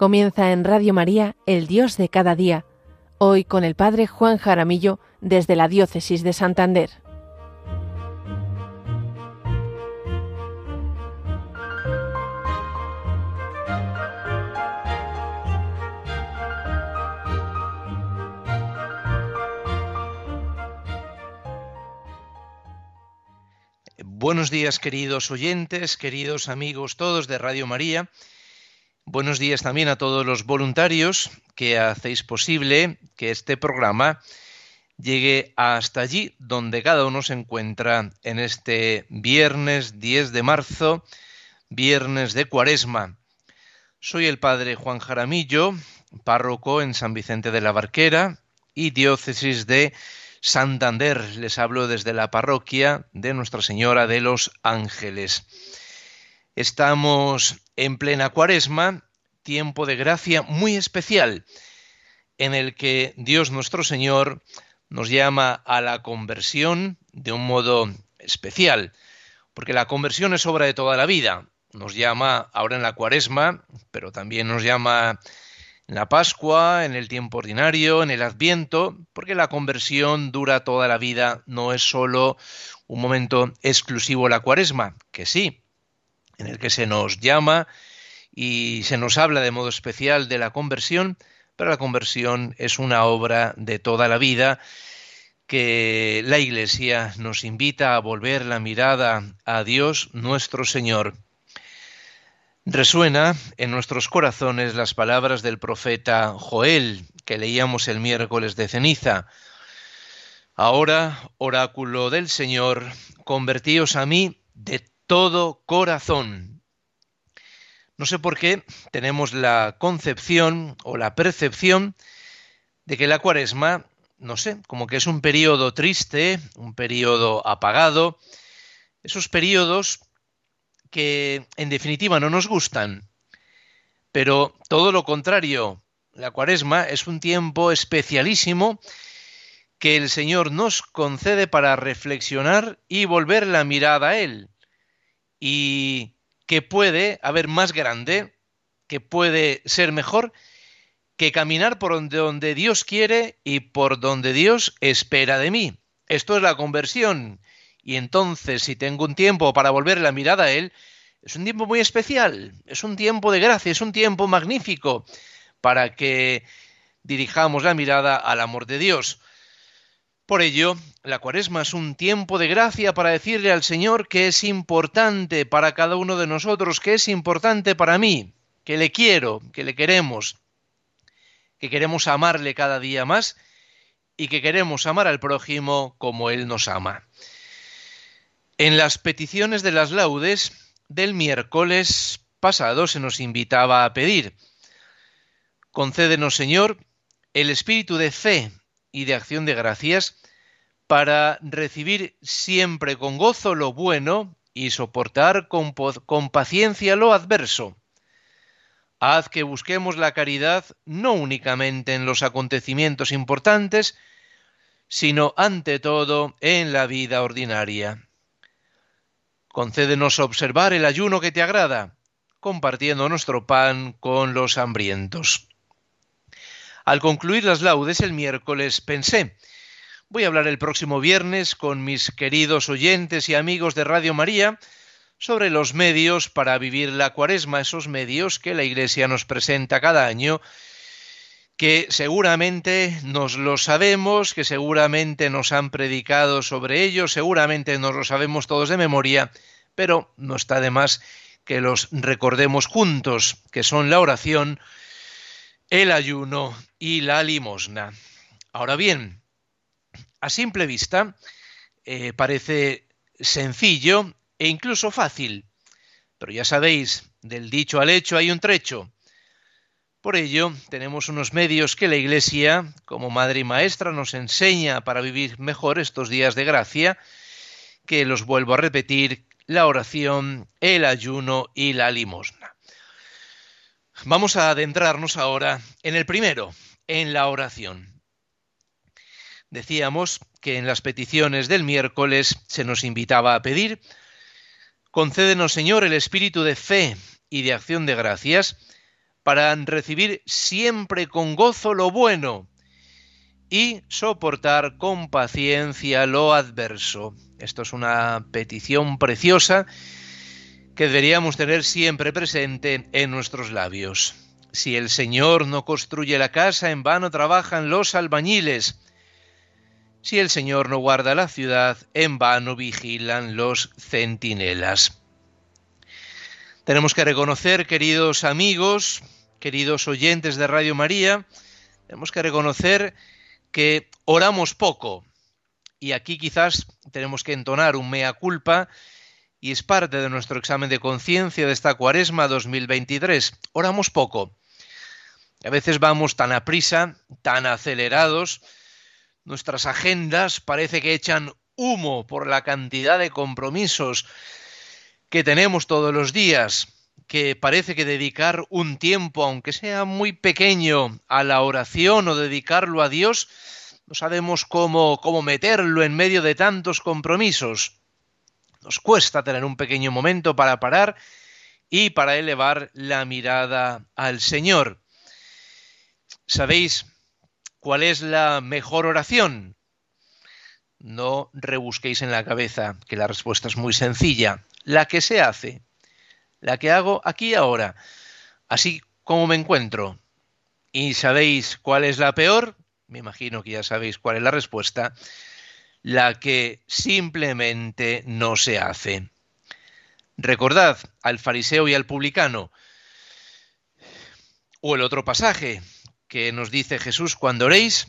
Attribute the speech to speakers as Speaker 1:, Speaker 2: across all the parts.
Speaker 1: Comienza en Radio María, El Dios de cada día, hoy con el Padre Juan Jaramillo desde la Diócesis de Santander.
Speaker 2: Buenos días, queridos oyentes, queridos amigos todos de Radio María. Buenos días también a todos los voluntarios que hacéis posible que este programa llegue hasta allí donde cada uno se encuentra en este viernes 10 de marzo, viernes de Cuaresma. Soy el Padre Juan Jaramillo, párroco en San Vicente de la Barquera y Diócesis de Santander. Les hablo desde la parroquia de Nuestra Señora de los Ángeles. Estamos en plena Cuaresma, tiempo de gracia muy especial, en el que Dios nuestro Señor nos llama a la conversión de un modo especial, porque la conversión es obra de toda la vida. Nos llama ahora en la Cuaresma, pero también nos llama en la Pascua, en el tiempo ordinario, en el Adviento, porque la conversión dura toda la vida, no es solo un momento exclusivo la Cuaresma, que sí, en el que se nos llama y se nos habla de modo especial de la conversión, pero la conversión es una obra de toda la vida que la Iglesia nos invita a volver la mirada a Dios nuestro Señor. Resuena en nuestros corazones las palabras del profeta Joel, que leíamos el miércoles de ceniza. Ahora, oráculo del Señor, convertíos a mí de todo corazón. No sé por qué tenemos la concepción o la percepción de que la Cuaresma, no sé, como que es un periodo triste, un periodo apagado, esos periodos que en definitiva no nos gustan, pero todo lo contrario, la Cuaresma es un tiempo especialísimo que el Señor nos concede para reflexionar y volver la mirada a Él, y que puede haber más grande, que puede ser mejor que caminar por donde Dios quiere y por donde Dios espera de mí. Esto es la conversión. Y entonces, si tengo un tiempo para volver la mirada a Él, es un tiempo muy especial, es un tiempo de gracia, es un tiempo magnífico para que dirijamos la mirada al amor de Dios. Por ello, la Cuaresma es un tiempo de gracia para decirle al Señor que es importante para cada uno de nosotros, que es importante para mí, que le quiero, que le queremos, que queremos amarle cada día más y que queremos amar al prójimo como Él nos ama. En las peticiones de las laudes del miércoles pasado se nos invitaba a pedir: concédenos, Señor, el espíritu de fe y de acción de gracias para recibir siempre con gozo lo bueno y soportar con paciencia lo adverso. Haz que busquemos la caridad no únicamente en los acontecimientos importantes, sino ante todo en la vida ordinaria. Concédenos observar el ayuno que te agrada, compartiendo nuestro pan con los hambrientos. Al concluir las laudes el miércoles pensé: voy a hablar el próximo viernes con mis queridos oyentes y amigos de Radio María sobre los medios para vivir la Cuaresma, esos medios que la Iglesia nos presenta cada año, que seguramente nos lo sabemos, que seguramente nos han predicado sobre ello, seguramente nos lo sabemos todos de memoria, pero no está de más que los recordemos juntos, que son la oración, el ayuno y la limosna. Ahora bien, a simple vista parece sencillo e incluso fácil, pero ya sabéis, del dicho al hecho hay un trecho. Por ello, tenemos unos medios que la Iglesia, como madre y maestra, nos enseña para vivir mejor estos días de gracia, que los vuelvo a repetir: la oración, el ayuno y la limosna. Vamos a adentrarnos ahora en el primero, en la oración. Decíamos que en las peticiones del miércoles se nos invitaba a pedir: concédenos, Señor, el espíritu de fe y de acción de gracias para recibir siempre con gozo lo bueno y soportar con paciencia lo adverso. Esto es una petición preciosa que deberíamos tener siempre presente en nuestros labios. Si el Señor no construye la casa, en vano trabajan los albañiles. Si el Señor no guarda la ciudad, en vano vigilan los centinelas. Tenemos que reconocer, queridos amigos, queridos oyentes de Radio María, tenemos que reconocer que oramos poco. Y aquí quizás tenemos que entonar un mea culpa, y es parte de nuestro examen de conciencia de esta Cuaresma 2023. Oramos poco. A veces vamos tan aprisa, tan acelerados, nuestras agendas parece que echan humo por la cantidad de compromisos que tenemos todos los días, que parece que dedicar un tiempo, aunque sea muy pequeño, a la oración o dedicarlo a Dios, no sabemos cómo meterlo en medio de tantos compromisos. Nos cuesta tener un pequeño momento para parar y para elevar la mirada al Señor. ¿Sabéis cuál es la mejor oración? No rebusquéis en la cabeza, que la respuesta es muy sencilla. La que se hace, la que hago aquí y ahora, así como me encuentro. ¿Y sabéis cuál es la peor? Me imagino que ya sabéis cuál es la respuesta. La que simplemente no se hace. Recordad al fariseo y al publicano. O el otro pasaje que nos dice Jesús: cuando oréis,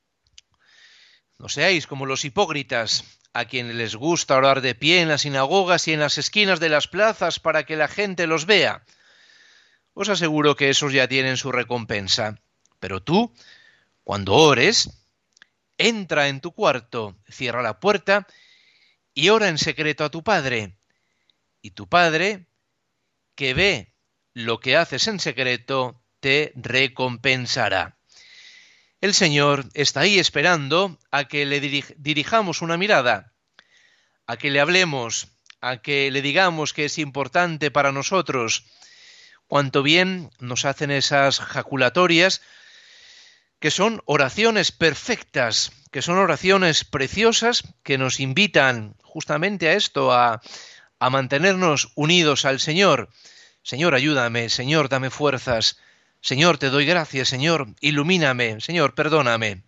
Speaker 2: no seáis como los hipócritas, a quienes les gusta orar de pie en las sinagogas y en las esquinas de las plazas para que la gente los vea. Os aseguro que esos ya tienen su recompensa. Pero tú, cuando ores, entra en tu cuarto, cierra la puerta y ora en secreto a tu Padre. Y tu Padre, que ve lo que haces en secreto, te recompensará. El Señor está ahí esperando a que le dirijamos una mirada, a que le hablemos, a que le digamos que es importante para nosotros. Cuánto bien nos hacen esas jaculatorias, que son oraciones perfectas, que son oraciones preciosas, que nos invitan justamente a esto, a mantenernos unidos al Señor. Señor, ayúdame, Señor, dame fuerzas. Señor, te doy gracias, Señor, ilumíname, Señor, perdóname.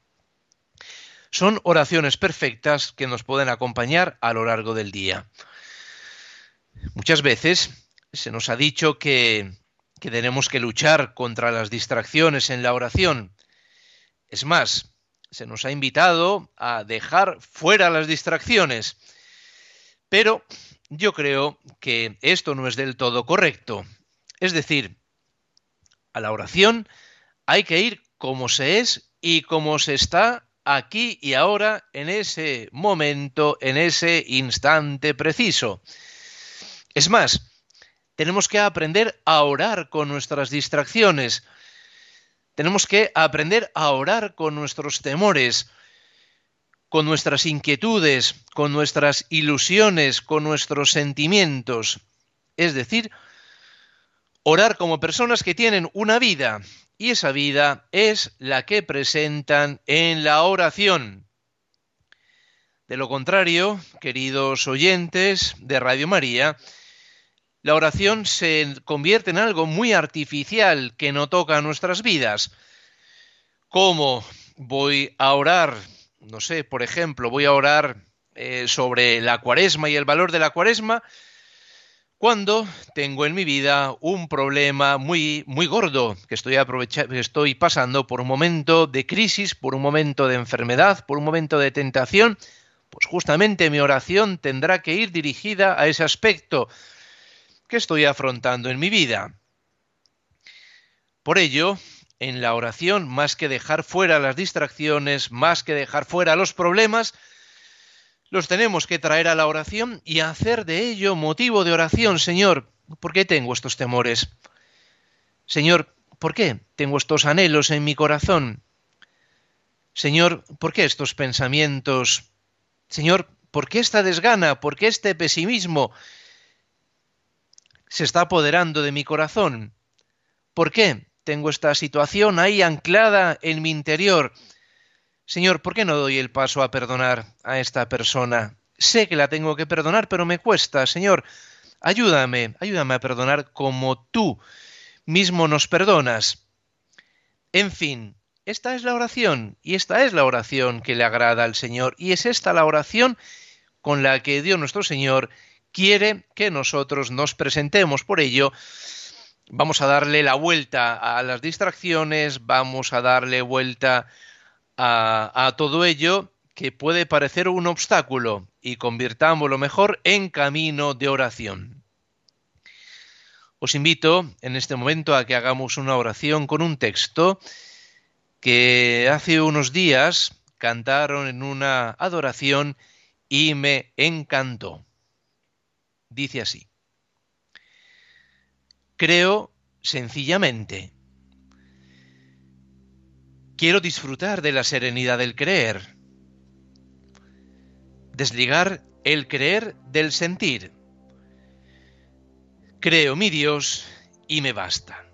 Speaker 2: Son oraciones perfectas que nos pueden acompañar a lo largo del día. Muchas veces se nos ha dicho que tenemos que luchar contra las distracciones en la oración. Es más, se nos ha invitado a dejar fuera las distracciones. Pero yo creo que esto no es del todo correcto. Es decir, a la oración hay que ir como se es y como se está aquí y ahora, en ese momento, en ese instante preciso. Es más, tenemos que aprender a orar con nuestras distracciones. Tenemos que aprender a orar con nuestros temores, con nuestras inquietudes, con nuestras ilusiones, con nuestros sentimientos. Es decir, orar como personas que tienen una vida, y esa vida es la que presentan en la oración. De lo contrario, queridos oyentes de Radio María, la oración se convierte en algo muy artificial que no toca nuestras vidas. ¿Cómo voy a orar? No sé, por ejemplo, voy a orar sobre la Cuaresma y el valor de la Cuaresma cuando tengo en mi vida un problema muy, muy gordo, que estoy pasando por un momento de crisis, por un momento de enfermedad, por un momento de tentación. Pues justamente mi oración tendrá que ir dirigida a ese aspecto que estoy afrontando en mi vida. Por ello, en la oración, más que dejar fuera las distracciones, más que dejar fuera los problemas, los tenemos que traer a la oración y hacer de ello motivo de oración. Señor, ¿por qué tengo estos temores? Señor, ¿por qué tengo estos anhelos en mi corazón? Señor, ¿por qué estos pensamientos? Señor, ¿por qué esta desgana? ¿Por qué este pesimismo se está apoderando de mi corazón? ¿Por qué tengo esta situación ahí anclada en mi interior. Señor, ¿por qué no doy el paso a perdonar a esta persona? Sé que la tengo que perdonar, pero me cuesta. Señor, ayúdame a perdonar como tú mismo nos perdonas. En fin, esta es la oración, y esta es la oración que le agrada al Señor, y es esta la oración con la que Dios nuestro Señor quiere que nosotros nos presentemos. Por ello, vamos a darle la vuelta a las distracciones, vamos a darle vuelta a todo ello que puede parecer un obstáculo y convirtámoslo mejor en camino de oración. Os invito en este momento a que hagamos una oración con un texto que hace unos días cantaron en una adoración y me encantó. Dice así: creo sencillamente. Quiero disfrutar de la serenidad del creer, desligar el creer del sentir. Creo, mi Dios, y me basta.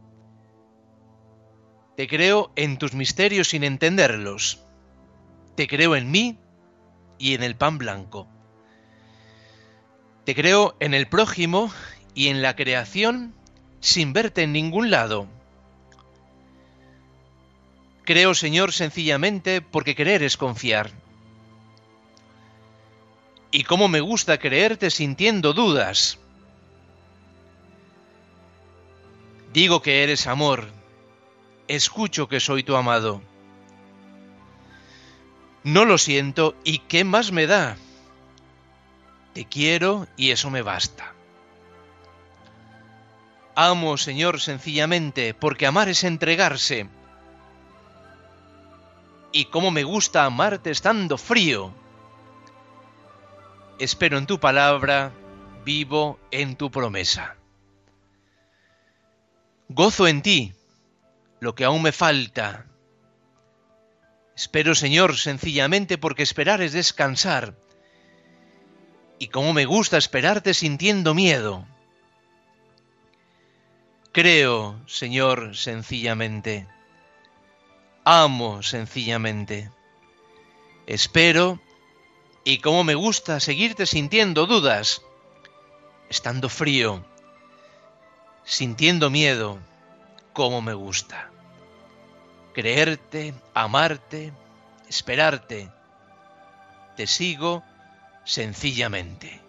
Speaker 2: Te creo en tus misterios sin entenderlos. Te creo en mí y en el pan blanco. Te creo en el prójimo y en la creación sin verte en ningún lado. Creo, Señor, sencillamente porque creer es confiar. Y cómo me gusta creerte sintiendo dudas. Digo que eres amor. Escucho que soy tu amado. No lo siento, ¿y qué más me da? Te quiero y eso me basta. Amo, Señor, sencillamente, porque amar es entregarse. Y cómo me gusta amarte estando frío. Espero en tu palabra, vivo en tu promesa. Gozo en ti, lo que aún me falta. Espero, Señor, sencillamente porque esperar es descansar. Y cómo me gusta esperarte sintiendo miedo. Creo, Señor, sencillamente. Amo sencillamente. Espero, y cómo me gusta seguirte sintiendo dudas, estando frío, sintiendo miedo, cómo me gusta. Creerte, amarte, esperarte. Te sigo sencillamente.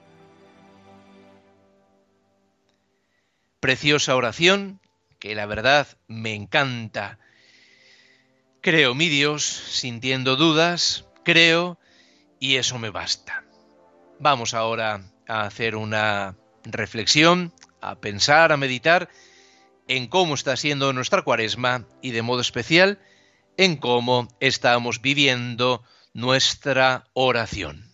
Speaker 2: Preciosa oración, que la verdad me encanta. Creo, mi Dios, sintiendo dudas, creo, y eso me basta. Vamos ahora a hacer una reflexión, a pensar, a meditar en cómo está siendo nuestra Cuaresma y de modo especial en cómo estamos viviendo nuestra oración.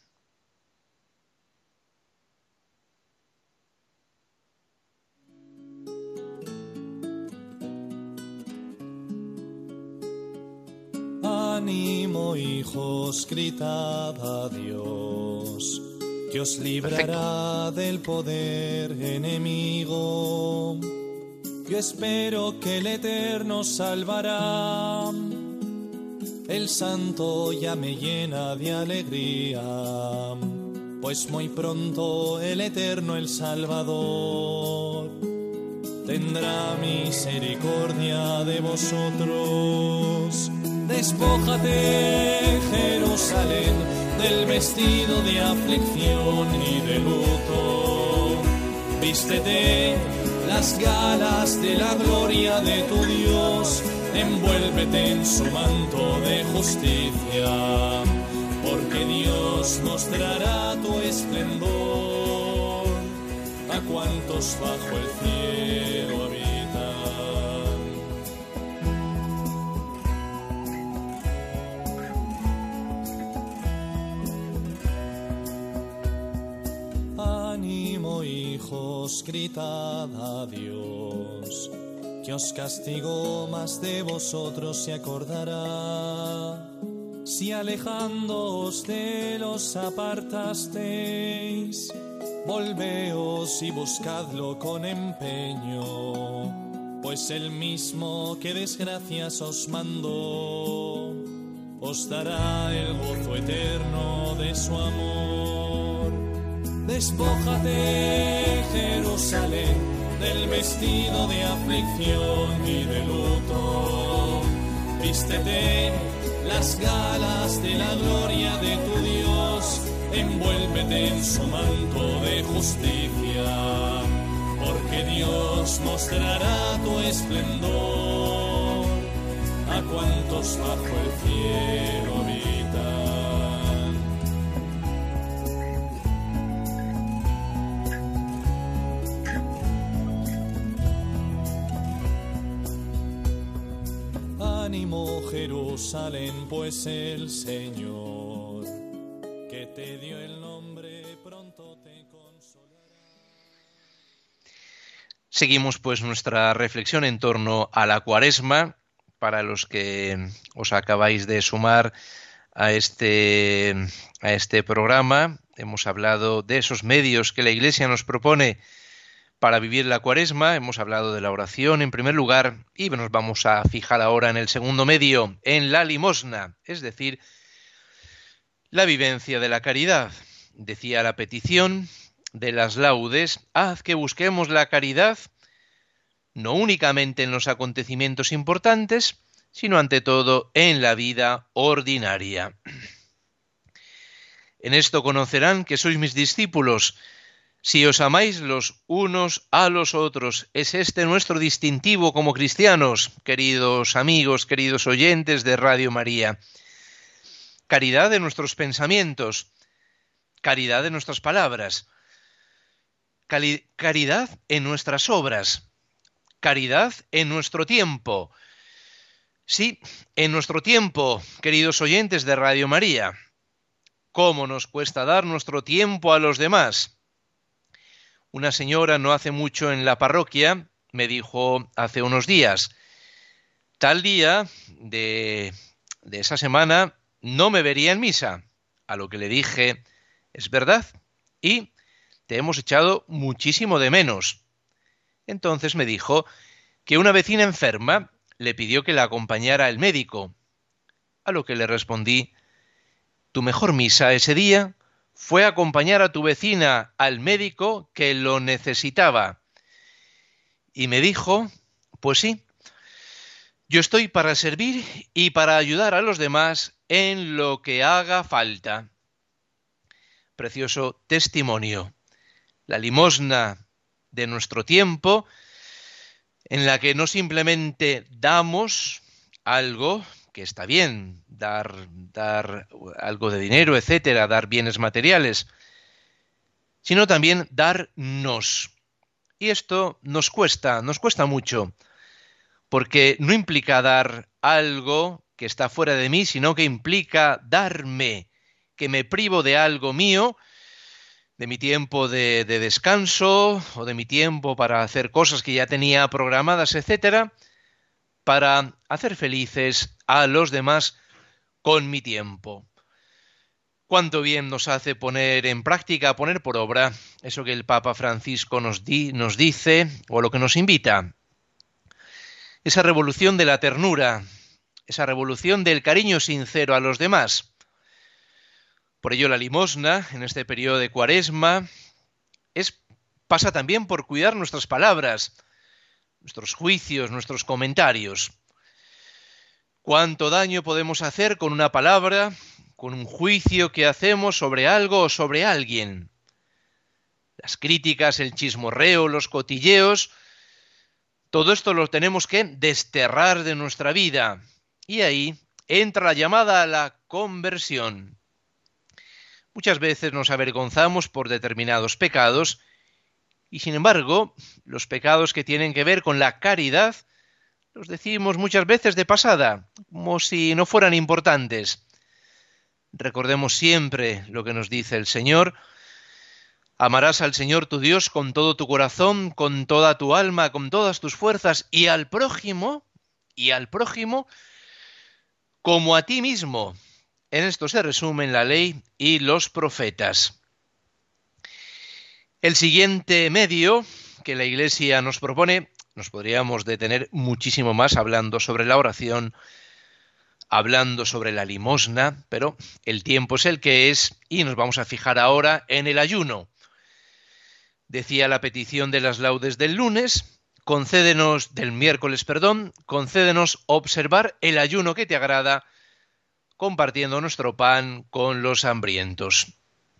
Speaker 3: Ánimo, hijos, gritad a Dios, que os librará del poder enemigo. Yo espero que el Eterno salvará. El Santo ya me llena de alegría, pues muy pronto el Eterno, el Salvador, tendrá misericordia de vosotros. Despójate, Jerusalén, del vestido de aflicción y de luto. Vístete las galas de la gloria de tu Dios. Envuélvete en su manto de justicia, porque Dios mostrará tu esplendor a cuantos bajo el cielo habitan. Ánimo, hijos, gritad a Dios, que os castigó, más de vosotros se acordará. Si alejándoos de los apartasteis, volveos y buscadlo con empeño, pues el mismo que desgracias os mandó, os dará el gozo eterno de su amor. Despójate, Jerusalén, del vestido de aflicción y de luto. Vístete las galas de la gloria de tu Dios, envuélvete en su manto de justicia, porque Dios mostrará tu esplendor a cuantos bajo el cielo habitan. Ánimo, Jerusalén, pues el Señor que te dio el nombre pronto te consolará.
Speaker 2: Seguimos pues nuestra reflexión en torno a la Cuaresma. Para los que os acabáis de sumar a este programa, hemos hablado de esos medios que la Iglesia nos propone para vivir la Cuaresma. Hemos hablado de la oración en primer lugar y nos vamos a fijar ahora en el segundo medio, en la limosna, es decir, la vivencia de la caridad. Decía la petición de las laudes: haz que busquemos la caridad no únicamente en los acontecimientos importantes, sino ante todo en la vida ordinaria. En esto conocerán que sois mis discípulos, si os amáis los unos a los otros. Es este nuestro distintivo como cristianos, queridos amigos, queridos oyentes de Radio María. Caridad de nuestros pensamientos, caridad de nuestras palabras, caridad en nuestras obras, caridad en nuestro tiempo. Sí, en nuestro tiempo, queridos oyentes de Radio María. ¿Cómo nos cuesta dar nuestro tiempo a los demás? Una señora no hace mucho en la parroquia me dijo hace unos días: tal día de esa semana no me vería en misa. A lo que le dije: es verdad, y te hemos echado muchísimo de menos. Entonces me dijo que una vecina enferma le pidió que la acompañara al médico. A lo que le respondí: tu mejor misa ese día fue acompañar a tu vecina al médico que lo necesitaba. Y me dijo: pues sí, yo estoy para servir y para ayudar a los demás en lo que haga falta. Precioso testimonio. La limosna de nuestro tiempo, en la que no simplemente damos algo, que está bien, dar algo de dinero, etcétera, dar bienes materiales, sino también darnos. Y esto nos cuesta mucho, porque no implica dar algo que está fuera de mí, sino que implica darme, que me privo de algo mío, de mi tiempo de descanso o de mi tiempo para hacer cosas que ya tenía programadas, etcétera, para hacer felices a los demás con mi tiempo. Cuánto bien nos hace poner en práctica, poner por obra eso que el Papa Francisco nos dice, o lo que nos invita. Esa revolución de la ternura, esa revolución del cariño sincero a los demás. Por ello la limosna, en este periodo de Cuaresma, pasa también por cuidar nuestras palabras, nuestros juicios, nuestros comentarios. ¿Cuánto daño podemos hacer con una palabra, con un juicio que hacemos sobre algo o sobre alguien? Las críticas, el chismorreo, los cotilleos, todo esto lo tenemos que desterrar de nuestra vida. Y ahí entra la llamada a la conversión. Muchas veces nos avergonzamos por determinados pecados y, sin embargo, los pecados que tienen que ver con la caridad los decimos muchas veces de pasada, como si no fueran importantes. Recordemos siempre lo que nos dice el Señor: amarás al Señor tu Dios con todo tu corazón, con toda tu alma, con todas tus fuerzas, y al prójimo como a ti mismo. En esto se resumen la ley y los profetas. El siguiente medio que la Iglesia nos propone nos podríamos detener muchísimo más hablando sobre la oración, hablando sobre la limosna, pero el tiempo es el que es y nos vamos a fijar ahora en el ayuno. Decía la petición de las laudes del lunes, del miércoles, concédenos observar el ayuno que te agrada, compartiendo nuestro pan con los hambrientos.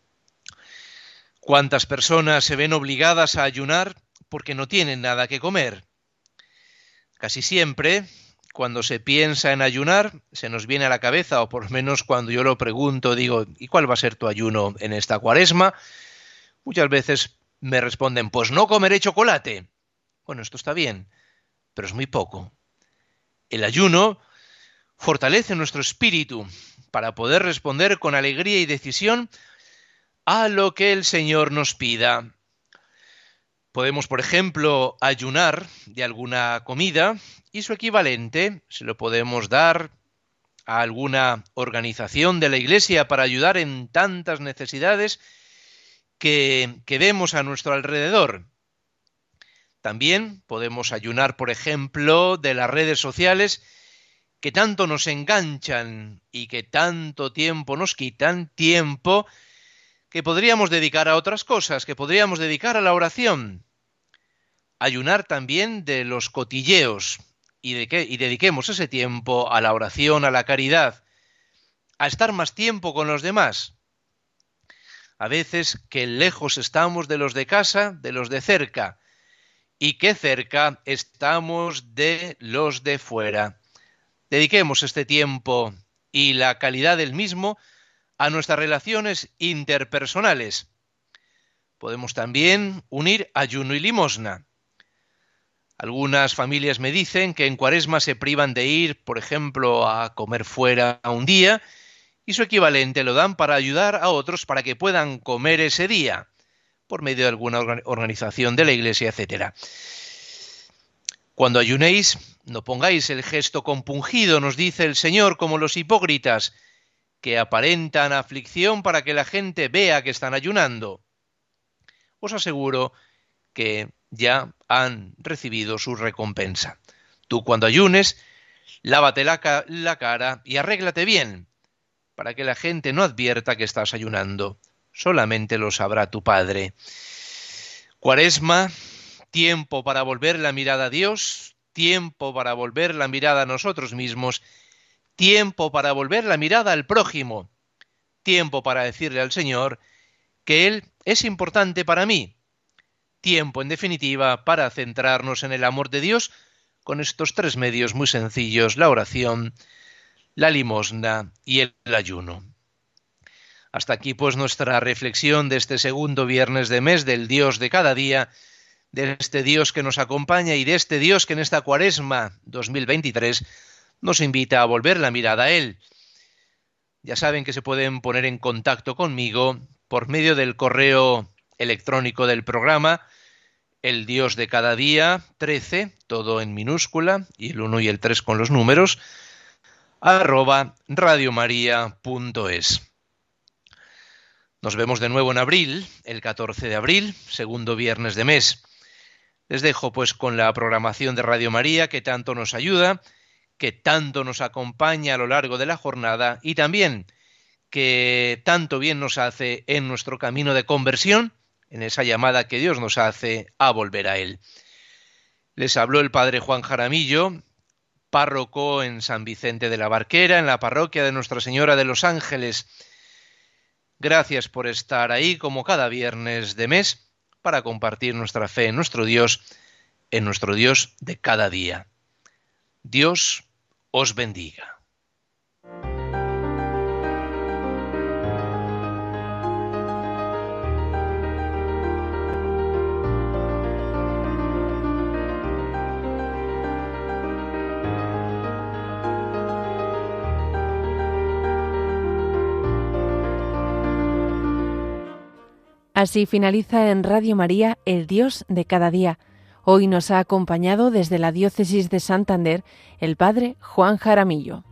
Speaker 2: ¿Cuántas personas se ven obligadas a ayunar porque no tienen nada que comer? Casi siempre, cuando se piensa en ayunar, se nos viene a la cabeza, o por lo menos cuando yo lo pregunto, digo, ¿y cuál va a ser tu ayuno en esta Cuaresma? Muchas veces me responden, pues no comeré chocolate. Bueno, esto está bien, pero es muy poco. El ayuno fortalece nuestro espíritu para poder responder con alegría y decisión a lo que el Señor nos pida. Podemos, por ejemplo, ayunar de alguna comida y su equivalente se lo podemos dar a alguna organización de la Iglesia para ayudar en tantas necesidades que vemos a nuestro alrededor. También podemos ayunar, por ejemplo, de las redes sociales que tanto nos enganchan y que tanto tiempo nos quitan, tiempo que podríamos dedicar a otras cosas, que podríamos dedicar a la oración. Ayunar también de los cotilleos y dediquemos ese tiempo a la oración, a la caridad, a estar más tiempo con los demás. A veces que lejos estamos de los de casa, de los de cerca, y que cerca estamos de los de fuera. Dediquemos este tiempo y la calidad del mismo a nuestras relaciones interpersonales. Podemos también unir ayuno y limosna. Algunas familias me dicen que en Cuaresma se privan de ir, por ejemplo, a comer fuera un día y su equivalente lo dan para ayudar a otros para que puedan comer ese día, por medio de alguna organización de la Iglesia, etc. Cuando ayunéis, no pongáis el gesto compungido, nos dice el Señor, como los hipócritas, que aparentan aflicción para que la gente vea que están ayunando. Os aseguro que ya han recibido su recompensa. Tú cuando ayunes, lávate la cara y arréglate bien, para que la gente no advierta que estás ayunando. Solamente lo sabrá tu Padre. Cuaresma, tiempo para volver la mirada a Dios, tiempo para volver la mirada a nosotros mismos, tiempo para volver la mirada al prójimo, tiempo para decirle al Señor que Él es importante para mí, tiempo, en definitiva, para centrarnos en el amor de Dios con estos tres medios muy sencillos: la oración, la limosna y el ayuno. Hasta aquí pues nuestra reflexión de este segundo viernes de mes del Dios de cada día, de este Dios que nos acompaña y de este Dios que en esta Cuaresma 2023 nos invita a volver la mirada a Él. Ya saben que se pueden poner en contacto conmigo por medio del correo electrónico del programa, el Dios de cada día 13, todo en minúscula, y el 1 y el 3 con los números, @radiomaria.es. Nos vemos de nuevo en abril, el 14 de abril, segundo viernes de mes. Les dejo pues con la programación de Radio María que tanto nos ayuda, que tanto nos acompaña a lo largo de la jornada y también que tanto bien nos hace en nuestro camino de conversión, en esa llamada que Dios nos hace a volver a Él. Les habló el Padre Juan Jaramillo, párroco en San Vicente de la Barquera, en la parroquia de Nuestra Señora de los Ángeles. Gracias por estar ahí como cada viernes de mes para compartir nuestra fe en nuestro Dios de cada día. Dios os bendiga.
Speaker 1: Así finaliza en Radio María el Dios de cada día. Hoy nos ha acompañado desde la Diócesis de Santander el Padre Juan Jaramillo.